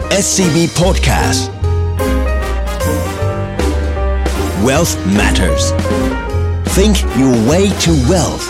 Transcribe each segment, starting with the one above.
SCB Podcast Wealth Matters Think your way to wealth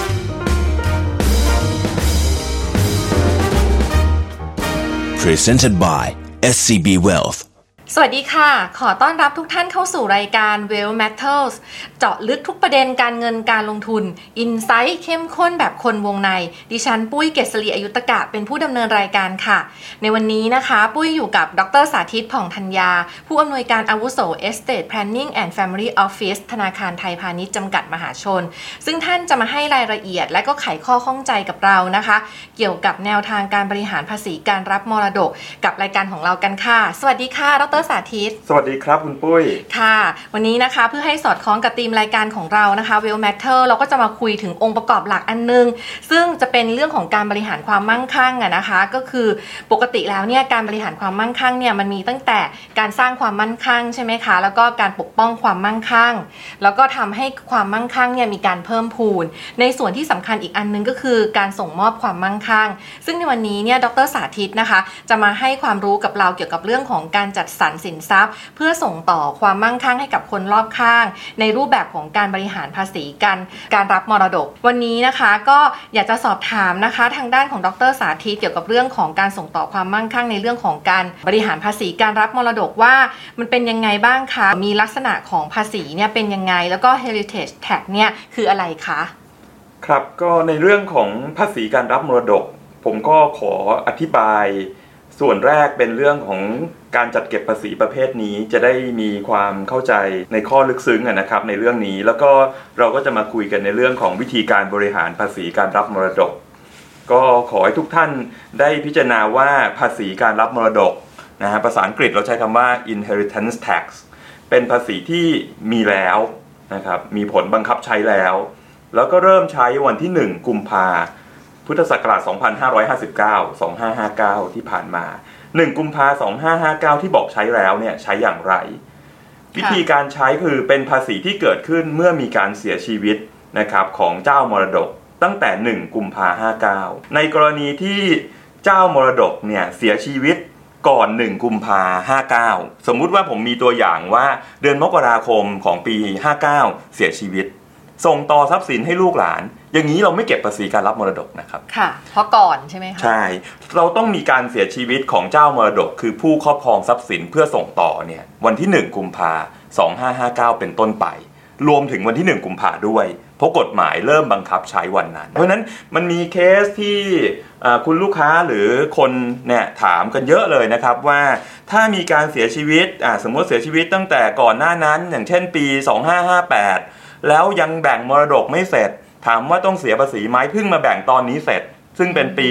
Presented by SCB Wealth สวัสดีค่ะขอต้อนรับทุกท่านเข้าสู่รายการ Wealth Matters เจาะลึกทุกประเด็นการเงินการลงทุนอินไซต์เข้มข้นแบบคนวงในดิฉันปุ้ยเกษรีอยุตกะเป็นผู้ดำเนินรายการค่ะในวันนี้นะคะปุ้ยอยู่กับดร.สาธิตผ่องธัญญาผู้อำนวยการอาวุโส Estate Planning and Family Office ธนาคารไทยพาณิชย์จำกัดมหาชนซึ่งท่านจะมาให้รายละเอียดและก็ไขข้อข้องใจกับเรานะคะเกี่ยวกับแนวทางการบริหารภาษีการรับมรดกกับรายการของเรากันค่ะสวัสดีค่ะดร.สาธิตสวัสดีครับคุณปุ้ยค่ะวันนี้นะคะเพื่อให้สอดคล้องกับธีมรายการของเรานะคะ Wealth Matter เราก็จะมาคุยถึงองค์ประกอบหลักอันนึงซึ่งจะเป็นเรื่องของการบริหารความมั่งคั่งนะคะก็คือปกติแล้วเนี่ยการบริหารความมั่งคั่งเนี่ยมันมีตั้งแต่การสร้างความมั่นคั่งใช่ไหมคะแล้วก็การปกป้องความมั่งคั่งแล้วก็ทำให้ความมั่งคั่งเนี่ยมีการเพิ่มพูนในส่วนที่สำคัญอีกอันนึงก็คือการส่งมอบความมั่งคั่งซึ่งในวันนี้เนี่ยดร.สาธิตนะคะจะมาให้ความรู้กับเราเกี่ยวกับเรื่องของการจัดสรรสินทรัพย์เพื่อส่งต่อความมั่งคั่งให้กับคนรอบข้างในรูปแบบของการบริหารภาษีการรับมรดกวันนี้นะคะก็อยากจะสอบถามนะคะทางด้านของดร.สาธิตเกี่ยวกับเรื่องของการส่งต่อความมั่งคั่งในเรื่องของการบริหารภาษีการรับมรดกว่ามันเป็นยังไงบ้างคะมีลักษณะของภาษีเนี่ยเป็นยังไงแล้วก็ Heritage Tax เนี่ยคืออะไรคะครับก็ในเรื่องของภาษีการรับมรดกผมก็ขออธิบายส่วนแรกเป็นเรื่องของการจัดเก็บภาษีประเภทนี้จะได้มีความเข้าใจในข้อลึกซึ้งนะครับในเรื่องนี้แล้วก็เราก็จะมาคุยกันในเรื่องของวิธีการบริหารภาษีการรับมรดกก็ขอให้ทุกท่านได้พิจารณาว่าภาษีการรับมรดกนะฮะภาษาอังกฤษเราใช้คำว่า inheritance tax เป็นภาษีที่มีแล้วนะครับมีผลบังคับใช้แล้วก็เริ่มใช้วันที่1กุมภาพันธ์พุทธศักราช2559 ที่ผ่านมา1กุมภาพันธ์2559ที่บอกใช้แล้วเนี่ยใช้อย่างไรวิธีการใช้คือเป็นภาษีที่เกิดขึ้นเมื่อมีการเสียชีวิตนะครับของเจ้ามรดกตั้งแต่1กุมภาพันธ์59ในกรณีที่เจ้ามรดกเนี่ยเสียชีวิตก่อน1กุมภาพันธ์59สมมุติว่าผมมีตัวอย่างว่าเดือนมกราคมของปี59เสียชีวิตส่งต่อทรัพย์สินให้ลูกหลานอย่างนี้เราไม่เก็บภาษีการรับมรดกนะครับค่ะเพราะก่อนใช่ไหมคะใช่เราต้องมีการเสียชีวิตของเจ้ามรดกคือผู้ครอบครองทรัพย์สินเพื่อส่งต่อเนี่ยวันที่1กุมภาพันธ์2559เป็นต้นไปรวมถึงวันที่1กุมภาพันธ์ด้วยเพราะกฎหมายเริ่มบังคับใช้วันนั้นเพราะฉะนั้นมันมีเคสที่คุณลูกค้าหรือคนเนี่ยถามกันเยอะเลยนะครับว่าถ้ามีการเสียชีวิตสมมติเสียชีวิตตั้งแต่ก่อนหน้านั้นอย่างเช่นปี2558แล้วยังแบ่งมรดกไม่เสร็จถามว่าต้องเสียภาษีไหมเพิ่งมาแบ่งตอนนี้เสร็จซึ่งเป็นปี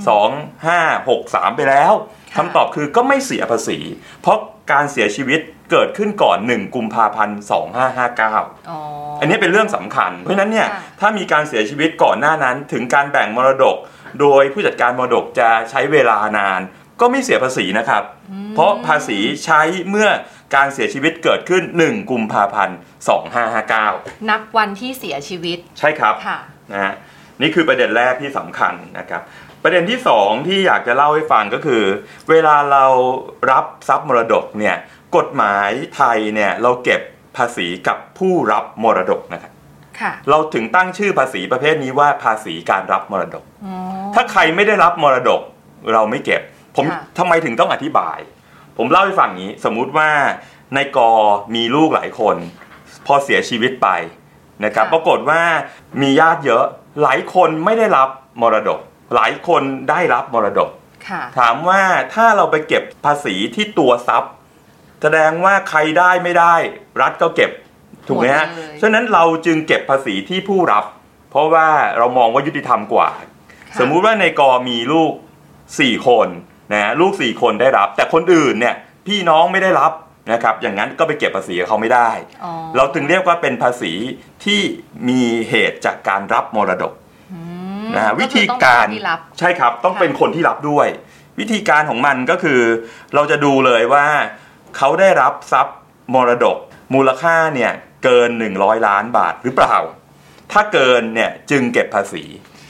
2563ไปแล้วคำตอบคือก็ไม่เสียภาษีเพราะการเสียชีวิตเกิดขึ้นก่อน1กุมภาพันธ์2559อันนี้เป็นเรื่องสำคัญเพราะฉะนั้นเนี่ยถ้ามีการเสียชีวิตก่อนหน้านั้นถึงการแบ่งมรดกโดยผู้จัดการมรดกจะใช้เวลานานก็ไม่เสียภาษีนะครับเพราะภาษีใช้เมื่อการเสียชีวิตเกิดขึ้น1กุมภาพันธ์2559 นับวันที่เสียชีวิตใช่ครับนะนี่คือประเด็นแรกที่สำคัญนะครับประเด็นที่2ที่อยากจะเล่าให้ฟังก็คือเวลาเรารับทรัพย์มรดกเนี่ยกฎหมายไทยเนี่ยเราเก็บภาษีกับผู้รับมรดกนะครับเราถึงตั้งชื่อภาษีประเภทนี้ว่าภาษีการรับมรดกถ้าใครไม่ได้รับมรดกเราไม่เก็บผมทำไมถึงต้องอธิบายผมเล่าให้ฟังนี้สมมุติว่าในกอมีลูกหลายคนพอเสียชีวิตไปนะครับปรากฏว่ามีญาติเยอะหลายคนไม่ได้รับมรดกหลายคนได้รับมรดกถามว่าถ้าเราไปเก็บภาษีที่ตัวทรัพย์แสดงว่าใครได้ไม่ได้รัฐก็เก็บถูกไหมฮะฉะนั้นเราจึงเก็บภาษีที่ผู้รับเพราะว่าเรามองว่ายุติธรรมกว่าสมมุติว่าในกอมีลูก4คนนะลูก4คนได้รับแต่คนอื่นเนี่ยพี่น้องไม่ได้รับนะครับอย่างนั้นก็ไปเก็บภาษีเขาไม่ได้เราถึงเรียกว่าเป็นภาษีที่มีเหตุจากการรับมรดกนะวิธีการใช่ครับต้องเป็นคนที่รับด้วยวิธีการของมันก็คือเราจะดูเลยว่าเขาได้รับทรัพย์มรดกมูลค่าเนี่ยเกิน100ล้านบาทหรือเปล่าถ้าเกินเนี่ยจึงเก็บภาษี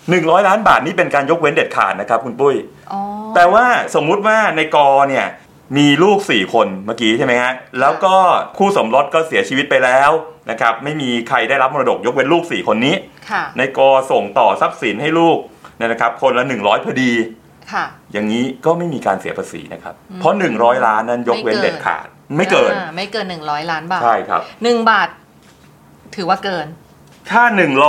100 ล้านบาทนี่เป็นการยกเว้นเด็ดขาดนะครับคุณปุ้ยแต่ว่าสมมุติว่าในกอเนี่ยมีลูก4คนเมื่อกี้ใช่ไหมฮะแล้วก็คู่สมรสก็เสียชีวิตไปแล้วนะครับไม่มีใครได้รับมรดกยกเว้นลูก4คนนี้ในกอส่งต่อทรัพย์สินให้ลูกนะครับคนละ100พอดีอย่างนี้ก็ไม่มีการเสียภาษีนะครับเพราะ100ล้านนั้นยกเว้นเด็ดขาดไม่เกิน 100ล้านบาทใช่ครับ 1บาทถือว่าเกินถ้า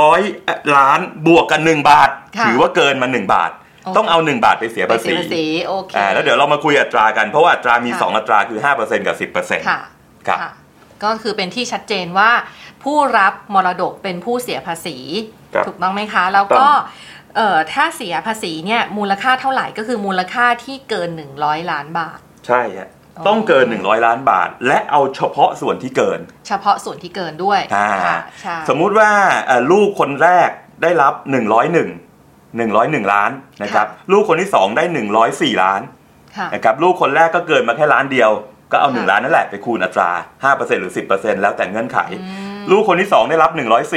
100ล้านบวกกัน1บาทถือว่าเกินมา1บาทต้องเอา1บาทไปเสียภาษีโอเคแล้วเดี๋ยวเรามาคุยอัตรากันเพราะว่าอัตรามี2อัตราคือ 5% กับ 10% ค่ะครับก็คือเป็นที่ชัดเจนว่าผู้รับมรดกเป็นผู้เสียภาษีถูกต้องไหมคะแล้วก็ถ้าเสียภาษีเนี่ยมูลค่าเท่าไหร่ก็คือมูลค่าที่เกิน100ล้านบาทใช่ฮะต้องเกิน100ล้านบาทและเอาเฉพาะส่วนที่เกินเฉพาะส่วนที่เกินด้วยสมมุติว่าลูกคนแรกได้รับ101ล้านนะครับลูกคนที่2ได้104ล้านนะครับลูกคนแรกก็เกินมาแค่ล้านเดียวก็เอา1ล้านนั่นแหละไปคูณอัตรา 5% หรือ 10% แล้วแต่เงื่อนไขลูกคนที่2ได้รับ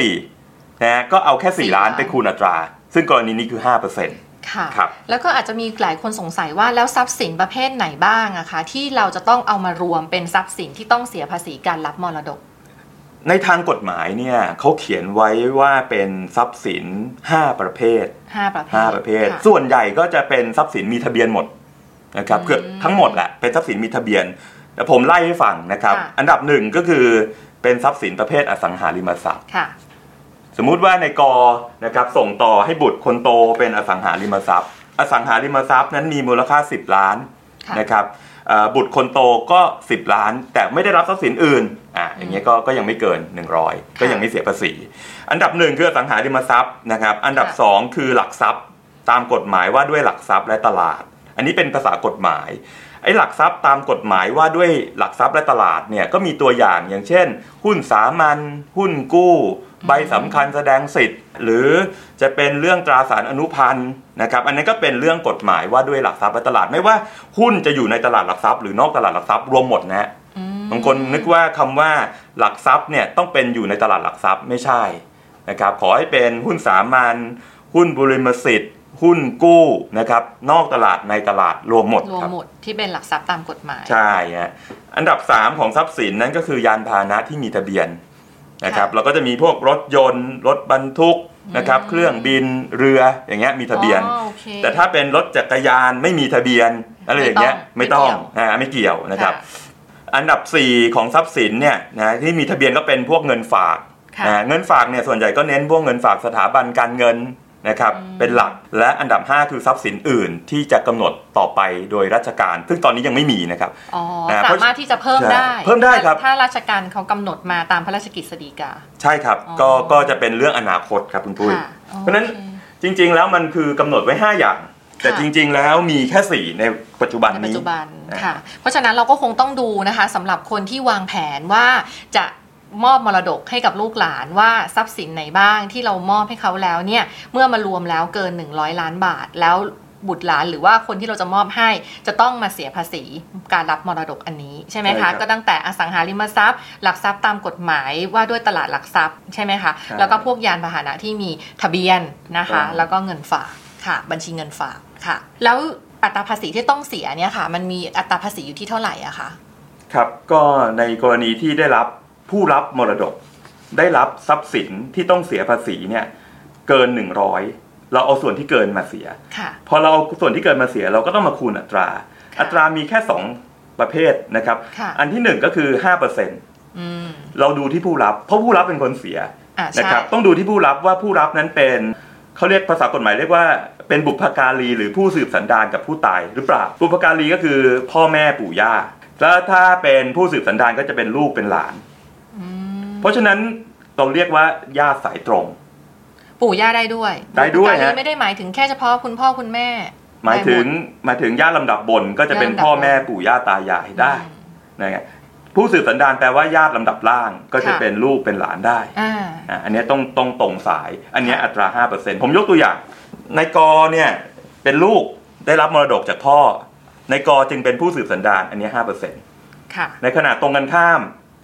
104นะก็เอาแค่4ล้านไปคูณอัตราซึ่งกรณีนี้คือ 5% ค่ะแล้วก็อาจจะมีหลายคนสงสัยว่าแล้วทรัพย์สินประเภทไหนบ้างอะคะที่เราจะต้องเอามารวมเป็นทรัพย์สินที่ต้องเสียภาษีการรับมรดกในทางกฎหมายเนี่ยเขาเขียนไว้ว่าเป็นทรัพย์สิน5ประเภทส่วนใหญ่ก็จะเป็นทรัพย์สินมีทะเบียนหมดนะครับเกือบทั้งหมดแหละเป็นทรัพย์สินมีทะเบียนแต่ผมไล่ให้ฟังนะครับอันดับ1ก็คือเป็นทรัพย์สินประเภทอสังหาริมทรัพย์สมมุติว่าในกอนะครับส่งต่อให้บุตรคนโตเป็นอสังหาริมทรัพย์อสังหาริมทรัพย์นั้นมีมูลค่า10ล้านนะครับบุตรคนโตก็10ล้านแต่ไม่ได้รับทรัพย์สินอื่นอย่างเงี้ยก็ยังไม่เกิน100ก็ยังไม่เสียภาษีอันดับ1คืออสังหาริมทรัพย์นะครับอันดับ2คือหลักทรัพย์ตามกฎหมายว่าด้วยหลักทรัพย์และตลาดอันนี้เป็นภาษากฎหมายไอ้หลักทรัพย์ตามกฎหมายว่าด้วยหลักทรัพย์และตลาดเนี่ยก็มีตัวอย่างอย่างเช่นหุ้นสามัญหุ้นกู้ใบสำคัญแสดงสิทธิ์หรือจะเป็นเรื่องตราสารอนุพันธ์นะครับอันนี้ก็เป็นเรื่องกฎหมายว่าด้วยหลักทรัพย์และตลาดไม่ว่าหุ้นจะอยู่ในตลาดหลักทรัพย์หรือนอกตลาดหลักทรัพย์รวมหมดนะบางคนนึกว่าคำว่าหลักทรัพย์เนี่ยต้องเป็นอยู่ในตลาดหลักทรัพย์ไม่ใช่นะครับขอให้เป็นหุ้นสามัญหุ้นบริมสิทธิ์หุ้นกู้นะครับนอกตลาดในตลาดรวมหมดที่เป็นหลักทรัพย์ตามกฎหมายใช่ฮะอันดับ3ของทรัพย์สินนั้นก็คือยานพาหนะที่มีทะเบียนนะครับเราก็จะมีพวกรถยนต์รถบรรทุกนะครับเครื่องบินเรืออย่างเงี้ยมีทะเบียนแต่ถ้าเป็นรถจักรยานไม่มีทะเบียนอะไรอย่างเงี้ยไม่ต้องไม่เกี่ยวนะครับอันดับ4ของทรัพย์สินเนี่ยนะที่มีทะเบียนก็เป็นพวกเงินฝากเงินฝากเนี่ยส่วนใหญ่ก็เน้นพวกเงินฝากสถาบันการเงินนะครับเป็นหลักและอันดับ5คือทรัพย์สินอื่นที่จะกำหนดต่อไปโดยราชการซึ่งตอนนี้ยังไม่มีนะครับสามารถที่จะเพิ่มได้ครับถ้าราชการเขากำหนดมาตามพระราชกฤษฎีกาใช่ครับก็จะเป็นเรื่องอนาคตครับคุณปุ้ยเพราะฉะนั้นจริงๆแล้วมันคือกำหนดไว้5อย่างแต่จริงๆแล้วมีแค่4ในปัจจุบันนี้ค่ะเพราะฉะนั้นเราก็คงต้องดูนะคะสำหรับคนที่วางแผนว่าจะมอบมรดกให้กับลูกหลานว่าทรัพย์สินไหนบ้างที่เรามอบให้เขาแล้วเนี่ยเมื่อมารวมแล้วเกิน100ล้านบาทแล้วบุตรหลานหรือว่าคนที่เราจะมอบให้จะต้องมาเสียภาษีการรับมรดกอันนี้ใช่ไหมคะก็ตั้งแต่อสังหาริมทรัพย์หลักทรัพย์ตามกฎหมายว่าด้วยตลาดหลักทรัพย์ใช่ไหมคะแล้วก็พวกยานพาหนะที่มีทะเบียนนะคะแล้วก็เงินฝากค่ะบัญชีเงินฝากค่ะแล้วอัตราภาษีที่ต้องเสียเนี่ยค่ะมันมีอัตราภาษีอยู่ที่เท่าไหร่อะคะครับก็ในกรณีที่ได้รับผู้รับมรดกได้รับทรัพย์สินที่ต้องเสียภาษีเนี่ยเกิน100เราเอาส่วนที่เกินมาเสียพอเราเอาส่วนที่เกินมาเสียเราก็ต้องมาคูณอัตรามีแค่2ประเภทนะครับอันที่1ก็คือ 5% เราดูที่ผู้รับเพราะผู้รับเป็นคนเสียนะครับต้องดูที่ผู้รับว่าผู้รับนั้นเป็นเขาเรียกภาษากฎหมายเรียกว่าเป็นบุพการีหรือผู้สืบสันดานกับผู้ตายหรือเปล่าบุพการีก็คือพ่อแม่ปู่ย่าแล้วถ้าเป็นผู้สืบสันดานก็จะเป็นลูกเป็นหลานเพราะฉะนั้นเราเรียกว่าญาติสายตรงปู่ย่าได้ด้วยฮะไม่ได้หมายถึงแค่เฉพาะคุณพ่อคุณแม่หมายถึงญาติลำดับบนก็จะเป็นพ่อแม่ปู่ย่าตายายได้นะครับผู้สืบสันดานแปลว่าญาติลำดับล่างก็จะเป็นลูกเป็นหลานได้อันนี้ต้องตรงสายอันนี้อัตรา 5% ผมยกตัวอย่างในกอเนี่ยเป็นลูกได้รับมรดกจากพ่อในกอจึงเป็นผู้สืบสันดานอันนี้ 5% ในขณะตรงกันข้าม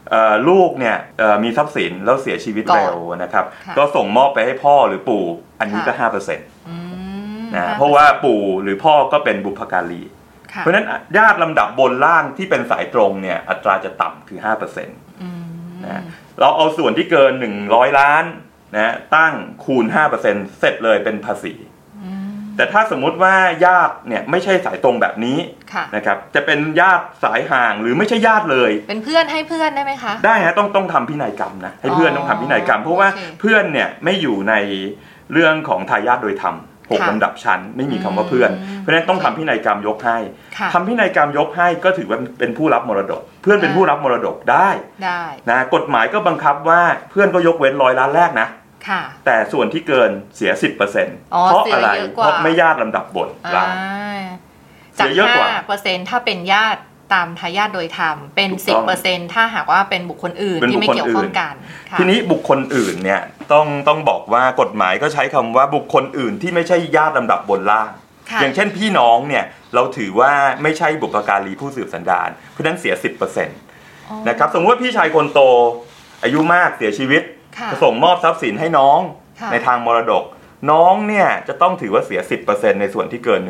ลูกเนี่ยมีทรัพย์สินแล้วเสียชีวิตเร็วนะครับก็ส่งมอบไปให้พ่อหรือปู่อันนี้ก็ 5% นะเพราะว่าปู่หรือพ่อก็เป็นบุพการีเพราะฉะนั้นญาติลำดับบนล่างที่เป็นสายตรงเนี่ยอัตราจะต่ำคือ 5% นะเราเอาส่วนที่เกิน100ล้านนะตั้งคูณ 5% เสร็จเลยเป็นภาษีแต่ถ้าสมมุติว่าญาติเนี่ยไม่ใช่สายตรงแบบนี้นะครับจะเป็นญาติสายห่างหรือไม่ใช่ญาติเลยเป็นเพื่อนให้เพื่อนได้ไหมคะได้ฮะต้องทำพินัยกรรมนะให้เพื่อนต้องทำพินัยกรรมเพราะว่าเพื่อนเนี่ยไม่อยู่ในเรื่องของทายาทโดยธรรม6ลำดับชั้นไม่มีคำว่าเพื่อนเพราะฉะนั้นต้องทำพินัยกรรมยกให้ทำพินัยกรรมยกให้ก็ถือว่าเป็นผู้รับมรดกเพื่อนเป็นผู้รับมรดกได้นะกฎหมายก็บังคับว่าเพื่อนก็ยกเว้น100ล้านแรกนะแต่ส่วนที่เกินเสีย 10% เพราะอะไรเพราะไม่ญาติลำดับบนล้านจาก 5% ถ้าเป็นญาติตามทายาทโดยธรรมเป็น 10% ถ้าหากว่าเป็นบุคคลอื่นที่ไม่เกี่ยวข้องกันทีนี้บุคคลอื่นเนี่ยต้องบอกว่ากฎหมายก็ใช้คำว่าบุคคลอื่นที่ไม่ใช่ญาติลำดับบนล่างอย่างเช่นพี่น้องเนี่ยเราถือว่าไม่ใช่บุพการีผู้สืบสันดานเพราะนั้นเสีย 10% นะครับสมมติว่าพี่ชายคนโตอายุมากเสียชีวิตจะส่งมอบทรัพย์สินให้น้องในทางมรดกน้องเนี่ยจะต้องถือว่าเสีย 10% ในส่วนที่เกิน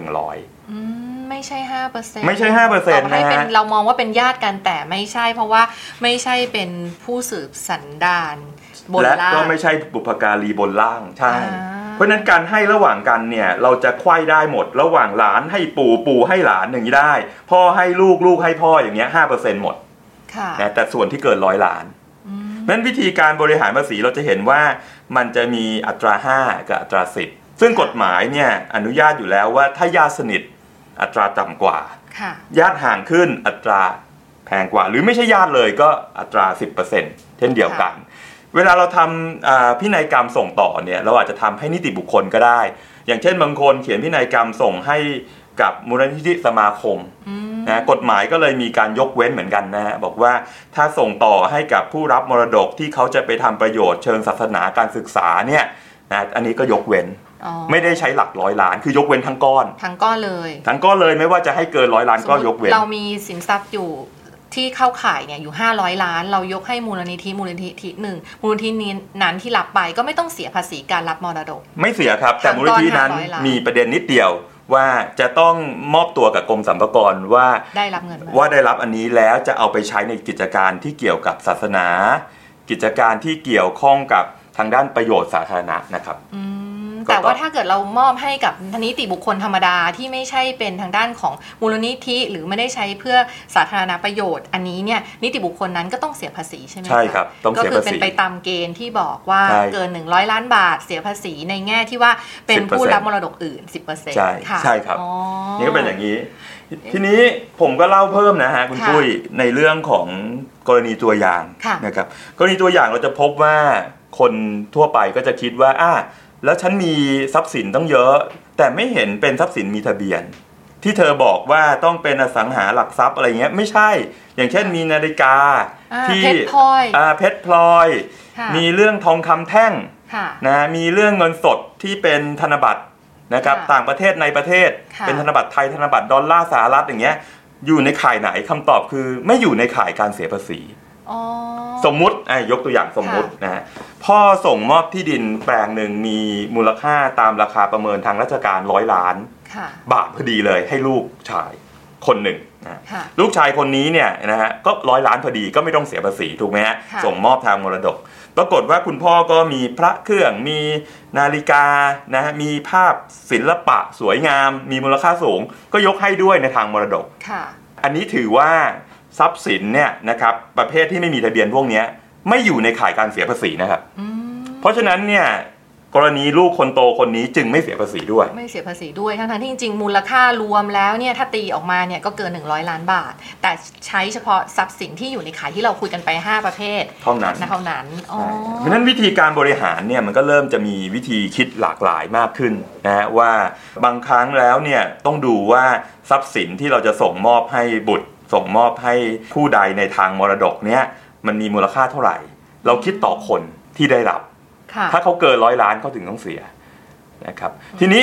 100 ไม่ใช่ 5% ไม่ใช่ 5% นะฮะเรามองว่าเป็นญาติกันแต่ไม่ใช่เพราะว่าไม่ใช่เป็นผู้สืบสันดานบนล่างและก็ไม่ใช่บุพการีบนล่างใช่เพราะนั้นการให้ระหว่างกันเนี่ยเราจะไขว้ได้หมดระหว่างหลานให้ปู่ให้หลานอย่างนี้ได้พ่อให้ลูกให้พ่ออย่างเงี้ย 5% หมดนะแต่ส่วนที่เกิน100ล้านนั้นวิธีการบริหารภาษีเราจะเห็นว่ามันจะมีอัตรา5กับอัตรา10ซึ่งกฎหมายเนี่ยอนุญาตอยู่แล้วว่าถ้าญาติสนิทอัตราต่ำกว่าญาติห่างขึ้นอัตราแพงกว่าหรือไม่ใช่ญาติเลยก็อัตรา 10% เช่นเดียวกันเวลาเราทำพินัยกรรมส่งต่อเนี่ยเราอาจจะทำให้นิติบุคคลก็ได้อย่างเช่นบางคนเขียนพินัยกรรมส่งให้กับมูลนิธิสมาคมนะกฎหมายก็เลยมีการยกเว้นเหมือนกันนะฮะบอกว่าถ้าส่งต่อให้กับผู้รับมรดกที่เขาจะไปทำประโยชน์เชิงศาสนาการศึกษาเนี่ยนะอันนี้ก็ยกเว้นไม่ได้ใช้หลัก100ล้านคือยกเว้นทั้งก้อนเลยไม่ว่าจะให้เกิน100ล้านก็ยกเว้นเรามีสินทรัพย์อยู่ที่เข้าข่ายเนี่ยอยู่500ล้านเรายกให้มูลนิธิหนึ่งมูลนิธินั้นที่รับไปก็ไม่ต้องเสียภาษีการรับมรดกไม่เสียครับแต่มูลนิธินั้นมีประเด็นนิดเดียวว่าจะต้องมอบตัวกับกรมสรรพากรว่าได้รับเงินว่าได้รับอันนี้แล้วจะเอาไปใช้ในกิจการที่เกี่ยวกับศาสนากิจการที่เกี่ยวข้องกับทางด้านประโยชน์สาธารณะนะครับแต่ว่าถ้าเกิดเรามอบให้กับนิติบุคคลธรรมดาที่ไม่ใช่เป็นทางด้านของมูลนิธิหรือไม่ได้ใช้เพื่อสาธารณประโยชน์อันนี้เนี่ยนิติบุคคลนั้นก็ต้องเสียภาษีใช่ไหมใช่ครับต้องเสียภาษีก็คือเป็นไปตามเกณฑ์ที่บอกว่าเกิน100ล้านบาทเสียภาษีในแง่ที่ว่าเป็นผู้รับมรดกอื่น 10% ใช่ใช่ครับนี่ก็เป็นอย่างนี้ทีนี้ผมก็เล่าเพิ่มนะฮะคุณปุ้ยในเรื่องของกรณีตัวอย่างนะครับกรณีตัวอย่างเราจะพบว่าคนทั่วไปก็จะคิดว่าแล้วฉันมีทรัพย์สินต้องเยอะแต่ไม่เห็นเป็นทรัพย์สินมีทะเบียนที่เธอบอกว่าต้องเป็นอสังหาหลักทรัพย์อะไรเงี้ยไม่ใช่อย่างเช่นมีนาฬิกาที่เพชรพลอยมีเรื่องทองคำแท่งนะมีเรื่องเงินสดที่เป็นธนบัตรนะครับต่างประเทศในประเทศเป็นธนบัตรไทยธนบัตรดอลลาร์สหรัฐอย่างเงี้ยอยู่ในข่ายไหนคำตอบคือไม่อยู่ในข่ายการเสียภาษีสมมุติยกตัวอย่างสมมุตินะฮะพ่อส่งมอบที่ดินแปลงหนึ่งมีมูลค่าตามราคาประเมินทางราชการ100ล้านบาทพอดีเลยให้ลูกชายคนหนึ่งนะลูกชายคนนี้เนี่ยนะฮะก็100ล้านพอดีก็ไม่ต้องเสียภาษีถูกไหมฮะส่งมอบทางมรดกปรากฏว่าคุณพ่อก็มีพระเครื่องมีนาฬิกานะฮะมีภาพศิลปะสวยงามมีมูลค่าสูงก็ยกให้ด้วยในทางมรดกอันนี้ถือว่าทรัพย์สินเนี่ยนะครับประเภทที่ไม่มีทะเบียนพวกนี้ไม่อยู่ในข่ายการเสียภาษีนะครับเพราะฉะนั้นเนี่ยกรณีลูกคนโตคนนี้จึงไม่เสียภาษีด้วยทั้งที่จริงๆมูลค่ารวมแล้วเนี่ยถ้าตีออกมาเนี่ยก็เกิน100ล้านบาทแต่ใช้เฉพาะทรัพย์สินที่อยู่ในข่ายที่เราคุยกันไป5ประเภทเท่านั้นเพราะฉะนั้นวิธีการบริหารเนี่ยมันก็เริ่มจะมีวิธีคิดหลากหลายมากขึ้นนะว่าบางครั้งแล้วเนี่ยต้องดูว่าทรัพย์สินที่เราจะส่งมอบให้บุตรส่งมอบให้ผู้ใดในทางมรดกเนี่ยมันมีมูลค่าเท่าไหร่เราคิดต่อคนที่ได้รับถ้าเขาเกิน100ล้านเขาถึงต้องเสียนะครับทีนี้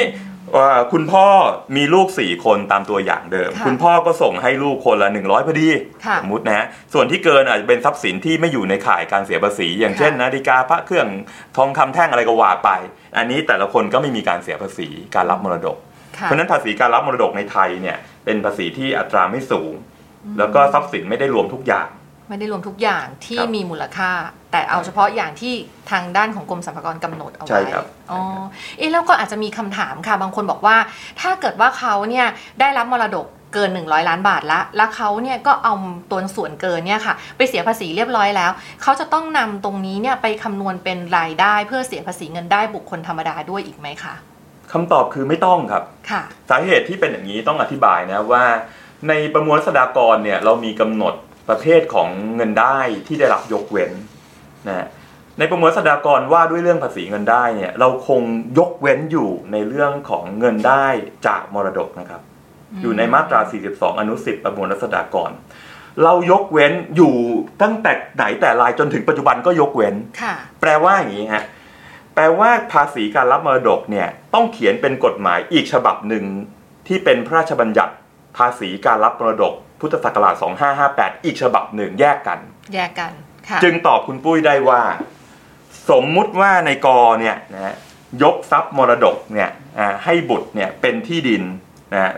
ว่าคุณพ่อมีลูก4คนตามตัวอย่างเดิมคุณพ่อก็ส่งให้ลูกคนละ100พอดีสมมุตินะส่วนที่เกินอาจจะเป็นทรัพย์สินที่ไม่อยู่ในข่ายการเสียภาษีอย่างเช่นนาฬิกาพระเครื่องทองคำแท่งอะไรก็ว่าไปอันนี้แต่ละคนก็ไม่มีการเสียภาษีการรับมรดกเพราะนั้นภาษีการรับมรดกในไทยเนี่ยเป็นภาษีที่อัตราไม่สูงแล้วก็ทรัพย์สินไม่ได้รวมทุกอย่างไม่ได้รวมทุกอย่างที่มีมูลค่าแต่เอาเฉพาะอย่างที่ทางด้านของกรมสรรพากรกำหนดเอาไว้ใช่ครับแล้วก็อาจจะมีคำถามค่ะบางคนบอกว่าถ้าเกิดว่าเขาเนี่ยได้รับมรดกเกิน100ล้านบาทแล้วเขาเนี่ยก็เอาตัวส่วนเกินเนี่ยค่ะไปเสียภาษีเรียบร้อยแล้วเขาจะต้องนำตรงนี้เนี่ยไปคำนวณเป็นรายได้เพื่อเสียภาษีเงินได้บุคคลธรรมดาด้วยอีกไหมคะคำตอบคือไม่ต้องครับสาเหตุที่เป็นอย่างนี้ต้องอธิบายนะว่าในประมวลรัษฎากรเนี่ยเรามีกำหนดประเภทของเงินได้ที่ได้รับยกเว้นนะในประมวลรัษฎากรว่าด้วยเรื่องภาษีเงินได้เนี่ยเราคงยกเว้นอยู่ในเรื่องของเงินได้จากมรดกนะครับอยู่ในมาตรา42อนุ10ประมวลรัษฎากรเรายกเว้นอยู่ตั้งแต่ไหนแต่ไรจนถึงปัจจุบันก็ยกเว้นแปลว่าอย่างนี้ฮะแปลว่าภาษีการรับมรดกเนี่ยต้องเขียนเป็นกฎหมายอีกฉบับหนึ่งที่เป็นพระราชบัญญัติภาษีการรับมรดกพุทธศักราช2558อีกฉบับหนึ่งแยกกันจึงตอบคุณปุ้ยได้ว่าสมมุติว่าในกเนี่ยนะยกทรัพย์มรดกเนี่ยให้บุตรเนี่ยเป็นที่ดินนะ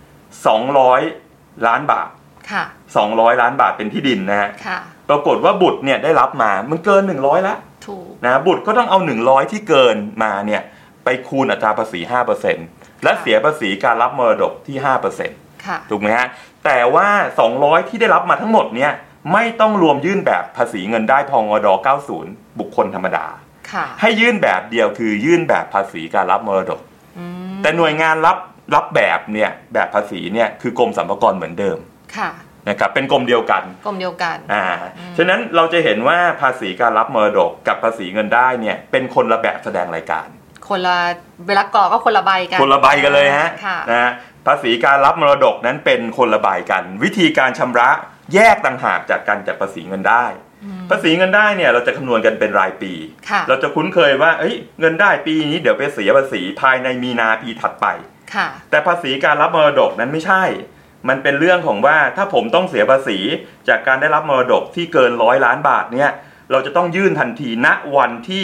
200ล้านบาท200ล้านบาทเป็นที่ดินนะฮะปรากฏว่าบุตรเนี่ยได้รับมามันเกิน100แล้วนะบุตรก็ต้องเอา100ที่เกินมาเนี่ยไปคูณอัตราภาษี 5% และเสียภาษีการรับมรดกที่ 5% ถูกไหมฮะแต่ว่า200ที่ได้รับมาทั้งหมดเนี่ยไม่ต้องรวมยื่นแบบภาษีเงินได้พงด90บุคคลธรรมดาให้ยื่นแบบเดียวคือยื่นแบบภาษีการรับมรดกแต่หน่วยงานรับแบบเนี่ยแบบภาษีเนี่ยคือกรมสรรพากรเหมือนเดิมนะครับเป็นกรมเดียวกันฉะนั้นเราจะเห็นว่าภาษีการรับมรดกกับภาษีเงินได้เนี่ยเป็นคนละแบบแสดงรายการคนละเวลากรอกก็คนละใบกันเลยฮะนะภาษีการรับมรดกนั้นเป็นคนละใบกันวิธีการชำระแยกต่างหากจากการจัดภาษีเงินได้ภาษีเงินได้เนี่ยเราจะคำนวณกันเป็นรายปีเราจะคุ้นเคยว่าเงินได้ปีนี้เดี๋ยวไปเสียภาษีภายในมีนาปีถัดไปแต่ภาษีการรับมรดกนั้นไม่ใช่มันเป็นเรื่องของว่าถ้าผมต้องเสียภาษีจากการได้รับมรดกที่เกิน100ล้านบาทเนี่ยเราจะต้องยื่นทันทีณวันที่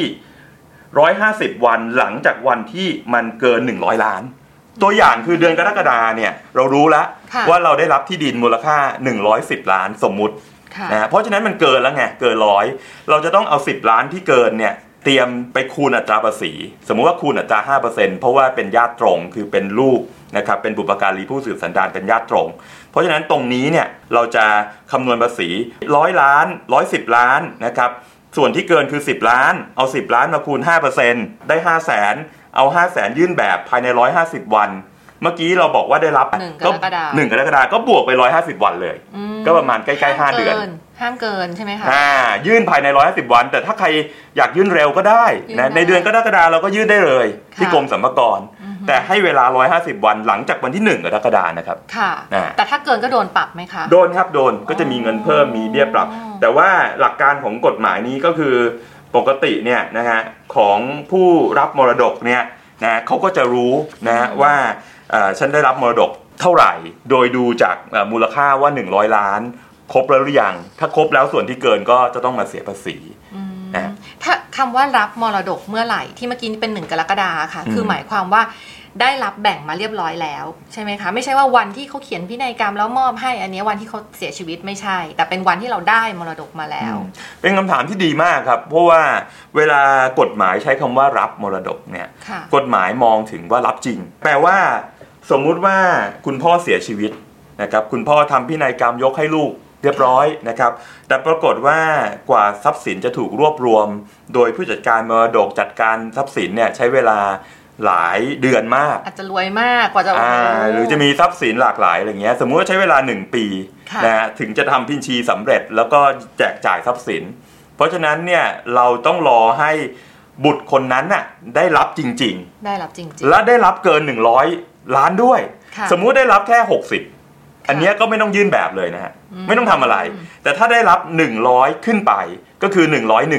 150วันหลังจากวันที่มันเกิน100ล้านตัวอย่างคือเดือนกรกฎาเนี่ยเรารู้แล้วว่าเราได้รับที่ดินมูลค่า110ล้านสมมุตินะเพราะฉะนั้นมันเกินแล้วไงเกิน100เราจะต้องเอา10ล้านที่เกินเนี่ยเตรียมไปคูณอัตราภาษีสมมุติว่าคูณอัตรา 5% เพราะว่าเป็นญาติตรงคือเป็นลูกนะครับเป็นบุปการีผู้สืบสันดานเป็นญาติตรงเพราะฉะนั้นตรงนี้เนี่ยเราจะคำนวณภาษี100ล้าน110ล้านนะครับส่วนที่เกินคือ10ล้านเอา10ล้านมาคูณ 5% ได้ 500,000 เอา 500,000 ยื่นแบบภายใน150วันเมื่อกี้เราบอกว่าได้รับ 1 กรกฎาคมก็บวกไป150วันเลยก็ประมาณใกล้ๆ5เดือนห้ามเกินใช่ไหมคะยื่นภายใน150วันแต่ถ้าใครอยากยื่นเร็วก็ได้นะในเดือนกรกฎาคมเราก็ยื่นได้เลยที่กรมสรรพากรแต่ให้เวลา150วันหลังจากวันที่1กรกฎาคมนะครับค่ะแต่ถ้าเกินก็โดนปรับไหมคะโดนครับโดนก็จะมีเงินเพิ่มมีเบี้ยปรับแต่ว่าหลักการของกฎหมายนี้ก็คือปกติเนี่ยนะฮะของผู้รับมรดกเนี่ยนะเขาก็จะรู้นะว่าฉันได้รับมรดกเท่าไหร่โดยดูจากมูลค่าว่า100ล้านครบแล้วหรือยังถ้าครบแล้วส่วนที่เกินก็จะต้องมาเสียภาษีถ้าคำว่ารับมรดกเมื่อไหร่ที่เมื่อกี้เป็น1 กรกฎาคมค่ะคือหมายความว่าได้รับแบ่งมาเรียบร้อยแล้วใช่ไหมคะไม่ใช่ว่าวันที่เขาเขียนพินัยกรรมแล้วมอบให้อันนี้วันที่เขาเสียชีวิตไม่ใช่แต่เป็นวันที่เราได้มรดกมาแล้วเป็นคำถามที่ดีมากครับเพราะว่าเวลากฎหมายใช้คำว่ารับมรดกเนี่ยกฎหมายมองถึงว่ารับจริงแปลว่าสมมุติว่าคุณพ่อเสียชีวิตนะครับคุณพ่อทำพินัยกรรมยกให้ลูกเรียบร้อยนะครับแต่ปรากฏว่ากว่าทรัพย์สินจะถูกรวบรวมโดยผู้จัดการมรดกจัดการทรัพย์สินเนี่ยใช้เวลาหลายเดือนมากอาจจะรวยมากกว่าจะหรือจะมีทรัพย์สินหลากหลายอะไรเงี้ยสมมุติว่าใช้เวลา1ปีนะถึงจะทำพิธีสำเร็จแล้วก็แจกจ่ายทรัพย์สินเพราะฉะนั้นเนี่ยเราต้องรอให้บุตรคนนั้นน่ะได้รับจริงๆได้รับจริงๆและได้รับเกิน100ล้านด้วยสมมุติได้รับแค่60อันนี้ก็ไม่ต้องยื่นแบบเลยนะฮะไม่ต้องทำอะไรแต่ถ้าได้รับ100ขึ้นไปก็คือ101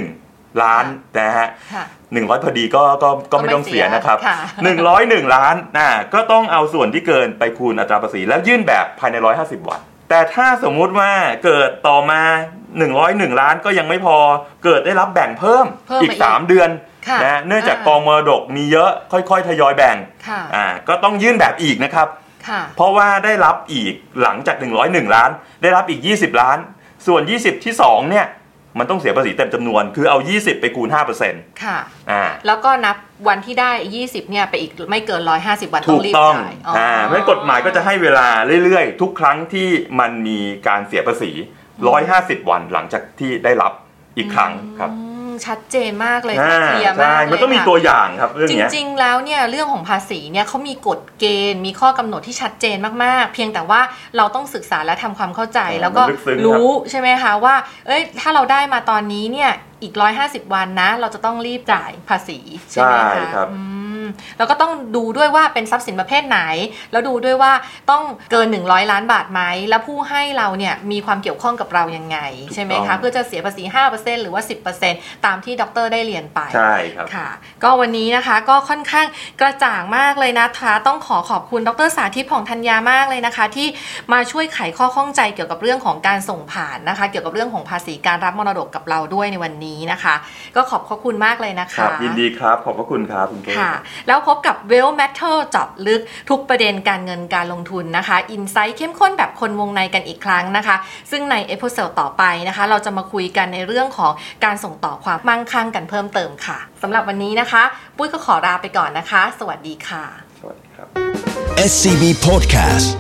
ล้านนะฮะ100พอดีก็ไม่ต้องเสียนะครับ101ล้านก็ต้องเอาส่วนที่เกินไปคูณอัตราภาษีแล้วยื่นแบบภายใน150วันแต่ถ้าสมมุติว่าเกิดต่อมา101ล้านก็ยังไม่พอเกิดได้รับแบ่งเพิ่มอีก3เดือนนะเนื่องจากกองมรดกมีเยอะค่อยๆทยอยแบ่งก็ต้องยื่นแบบอีกนะครับเพราะว่าได้รับอีกหลังจาก101ล้านได้รับอีก20ล้านส่วน20ที่2เนี่ยมันต้องเสียภาษีเต็มจำนวนคือเอา20ไปคูณ 5% ค่ะแล้วก็นับวันที่ได้20เนี่ยไปอีกไม่เกิน150วันต้องรีบจ่ายเพราะฉะนั้นกฎหมายก็จะให้เวลาเรื่อยๆทุกครั้งที่มันมีการเสียภาษี150วันหลังจากที่ได้รับอีกครั้งครับชัดเจนมากเลยเคลียร์มากเลยมันต้องมีตัวอย่างครับเรื่องนี้จริงๆแล้วเนี่ยเรื่องของภาษีเนี่ยเขามีกฎเกณฑ์มีข้อกำหนดที่ชัดเจนมากๆเพียงแต่ว่าเราต้องศึกษาและทำความเข้าใจแล้วก็รู้ใช่ไหมคะว่าถ้าเราได้มาตอนนี้เนี่ยอีก150วันนะเราจะต้องรีบจ่ายภาษีใช่ไหมคะแล้วก็ต้องดูด้วยว่าเป็นทรัพย์สินประเภทไหนแล้วดูด้วยว่าต้องเกิน100ล้านบาทไหมแล้วผู้ให้เราเนี่ยมีความเกี่ยวข้องกับเรายังไงใช่ไหมคะเพื่อจะเสียภาษี 5% หรือว่า 10% ตามที่ดร.ได้เรียนไปใช่ครับค่ะก็วันนี้นะคะก็ค่อนข้างกระจ่างมากเลยนะคะต้องขอบคุณดร.สาธิต ผ่องธัญญามากเลยนะคะที่มาช่วยไขข้อข้องใจเกี่ยวกับเรื่องของการส่งผ่านนะคะเกี่ยวกับเรื่องของภาษีการรับมรดกกับเราด้วยในวันนี้นะคะก็ขอบคุณมากเลยนะคะยินดีครับขอบพระคุณครับคุณเก๋ค่ะแล้วพบกับ Wealth Matter เจาะลึกทุกประเด็นการเงินการลงทุนนะคะอินไซต์เข้มข้นแบบคนวงในกันอีกครั้งนะคะซึ่งในเอพิโซดต่อไปนะคะเราจะมาคุยกันในเรื่องของการส่งต่อความมั่งคั่งกันเพิ่มเติมค่ะสำหรับวันนี้นะคะปุ้ยก็ขอลาไปก่อนนะคะสวัสดีค่ะสวัสดีครับ SCB Podcast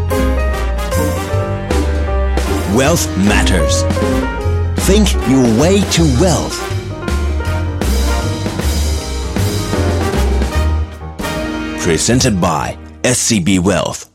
Wealth Matters Think your way to wealth Presented by SCB Wealth